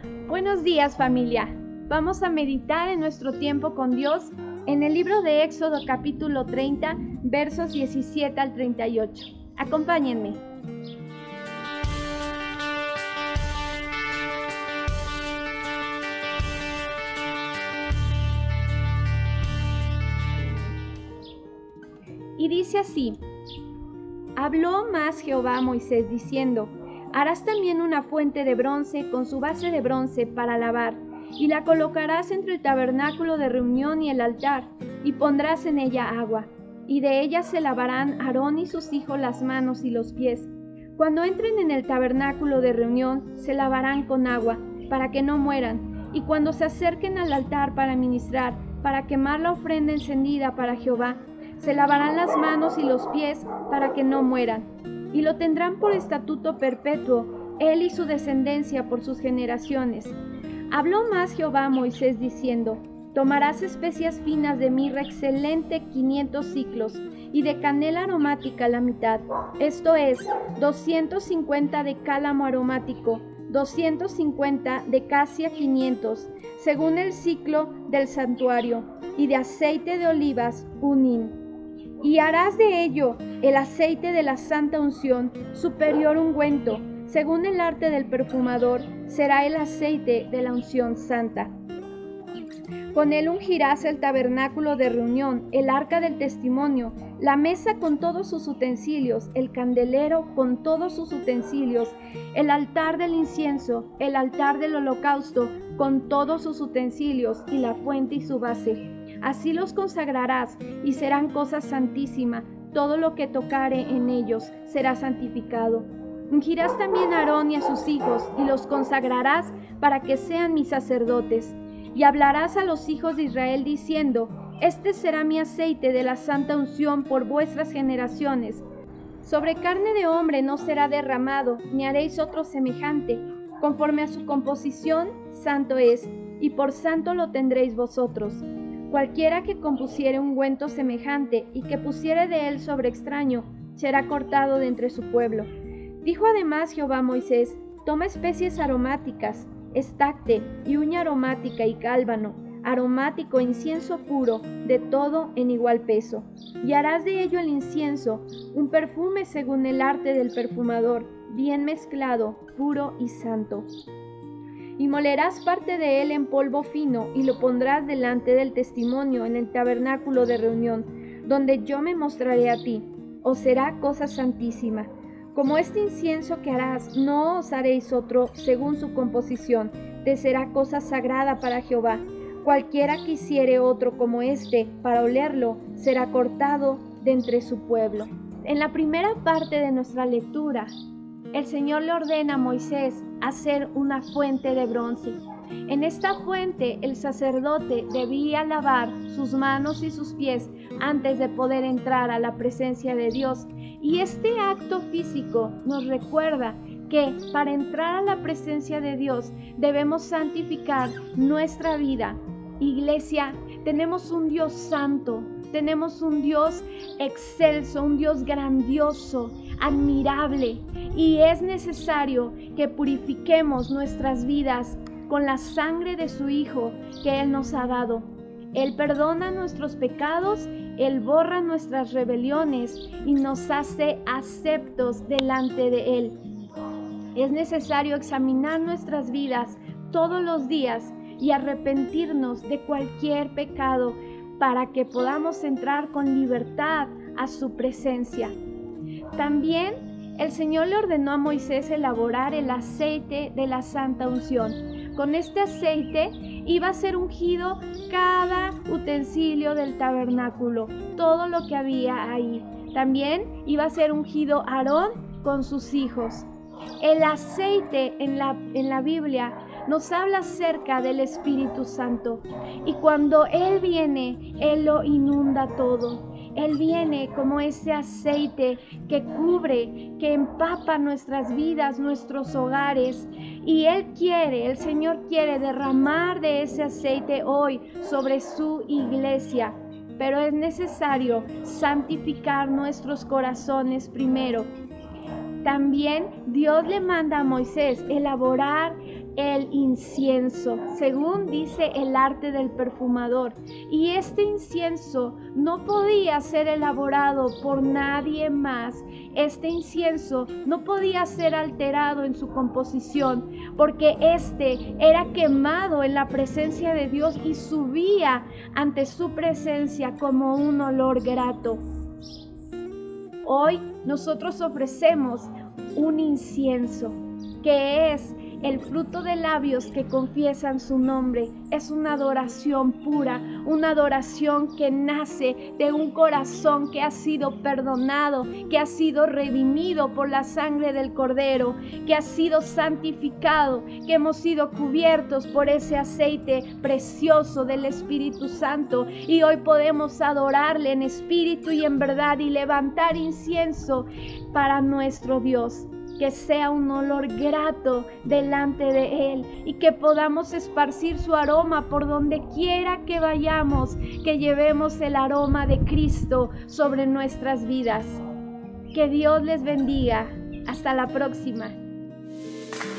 Buenos días, familia. Vamos a meditar en nuestro tiempo con Dios en el libro de Éxodo capítulo 30, versos 17 al 38. Acompáñenme. Y dice así: Habló más Jehová a Moisés diciendo: Harás también una fuente de bronce con su base de bronce para lavar, y la colocarás entre el tabernáculo de reunión y el altar, y pondrás en ella agua, y de ella se lavarán Aarón y sus hijos las manos y los pies. Cuando entren en el tabernáculo de reunión, se lavarán con agua, para que no mueran, y cuando se acerquen al altar para ministrar, para quemar la ofrenda encendida para Jehová, se lavarán las manos y los pies para que no mueran. Y lo tendrán por estatuto perpetuo, él y su descendencia por sus generaciones. Habló más Jehová a Moisés diciendo: Tomarás especias finas de mirra excelente 500 siclos, y de canela aromática la mitad, esto es, 250 de cálamo aromático, 250 de casia 500, según el ciclo del santuario, y de aceite de olivas un hin. Y harás de ello el aceite de la santa unción, superior ungüento, según el arte del perfumador, será el aceite de la unción santa. Con él ungirás el tabernáculo de reunión, el arca del testimonio, la mesa con todos sus utensilios, el candelero con todos sus utensilios, el altar del incienso, el altar del holocausto con todos sus utensilios, y la fuente y su base. Así los consagrarás, y serán cosa santísima. Todo lo que tocare en ellos será santificado. Ungirás también a Aarón y a sus hijos, y los consagrarás para que sean mis sacerdotes. Y hablarás a los hijos de Israel diciendo: Este será mi aceite de la santa unción por vuestras generaciones. Sobre carne de hombre no será derramado, ni haréis otro semejante. Conforme a su composición, santo es, y por santo lo tendréis vosotros. Cualquiera que compusiere ungüento semejante y que pusiere de él sobre extraño, será cortado de entre su pueblo. Dijo además Jehová a Moisés: Toma especies aromáticas, estacte y uña aromática y cálbano, aromático, incienso puro, de todo en igual peso. Y harás de ello el incienso, un perfume según el arte del perfumador, bien mezclado, puro y santo. Y molerás parte de él en polvo fino, y lo pondrás delante del testimonio en el tabernáculo de reunión, donde yo me mostraré a ti. Os será cosa santísima. Como este incienso que harás, no os haréis otro según su composición, te será cosa sagrada para Jehová. Cualquiera que hiciere otro como este, para olerlo, será cortado de entre su pueblo. En la primera parte de nuestra lectura, el Señor le ordena a Moisés hacer una fuente de bronce. En esta fuente el sacerdote debía lavar sus manos y sus pies antes de poder entrar a la presencia de Dios. Y este acto físico nos recuerda que para entrar a la presencia de Dios debemos santificar nuestra vida. Iglesia, tenemos un Dios santo, tenemos un Dios excelso, un Dios grandioso, admirable, y es necesario que purifiquemos nuestras vidas con la sangre de su Hijo que Él nos ha dado. Él perdona nuestros pecados, Él borra nuestras rebeliones y nos hace aceptos delante de Él. Es necesario examinar nuestras vidas todos los días y arrepentirnos de cualquier pecado para que podamos entrar con libertad a su presencia. También el Señor le ordenó a Moisés elaborar el aceite de la santa unción. Con este aceite iba a ser ungido cada utensilio del tabernáculo, todo lo que había ahí. También iba a ser ungido Aarón con sus hijos. El aceite en la Biblia nos habla acerca del Espíritu Santo, y cuando Él viene, Él lo inunda todo. Él viene como ese aceite que cubre, que empapa nuestras vidas, nuestros hogares, y el Señor quiere derramar de ese aceite hoy sobre su iglesia. Pero es necesario santificar nuestros corazones primero. También Dios le manda a Moisés elaborar el incienso, según dice el arte del perfumador. Y este incienso no podía ser elaborado por nadie más. Este incienso no podía ser alterado en su composición, porque este era quemado en la presencia de Dios y subía ante su presencia como un olor grato. Hoy nosotros ofrecemos un incienso, que es el fruto de labios que confiesan su nombre. Es una adoración pura, una adoración que nace de un corazón que ha sido perdonado, que ha sido redimido por la sangre del Cordero, que ha sido santificado, que hemos sido cubiertos por ese aceite precioso del Espíritu Santo. Y hoy podemos adorarle en espíritu y en verdad y levantar incienso para nuestro Dios. Que sea un olor grato delante de Él y que podamos esparcir su aroma por donde quiera que vayamos, que llevemos el aroma de Cristo sobre nuestras vidas. Que Dios les bendiga. Hasta la próxima.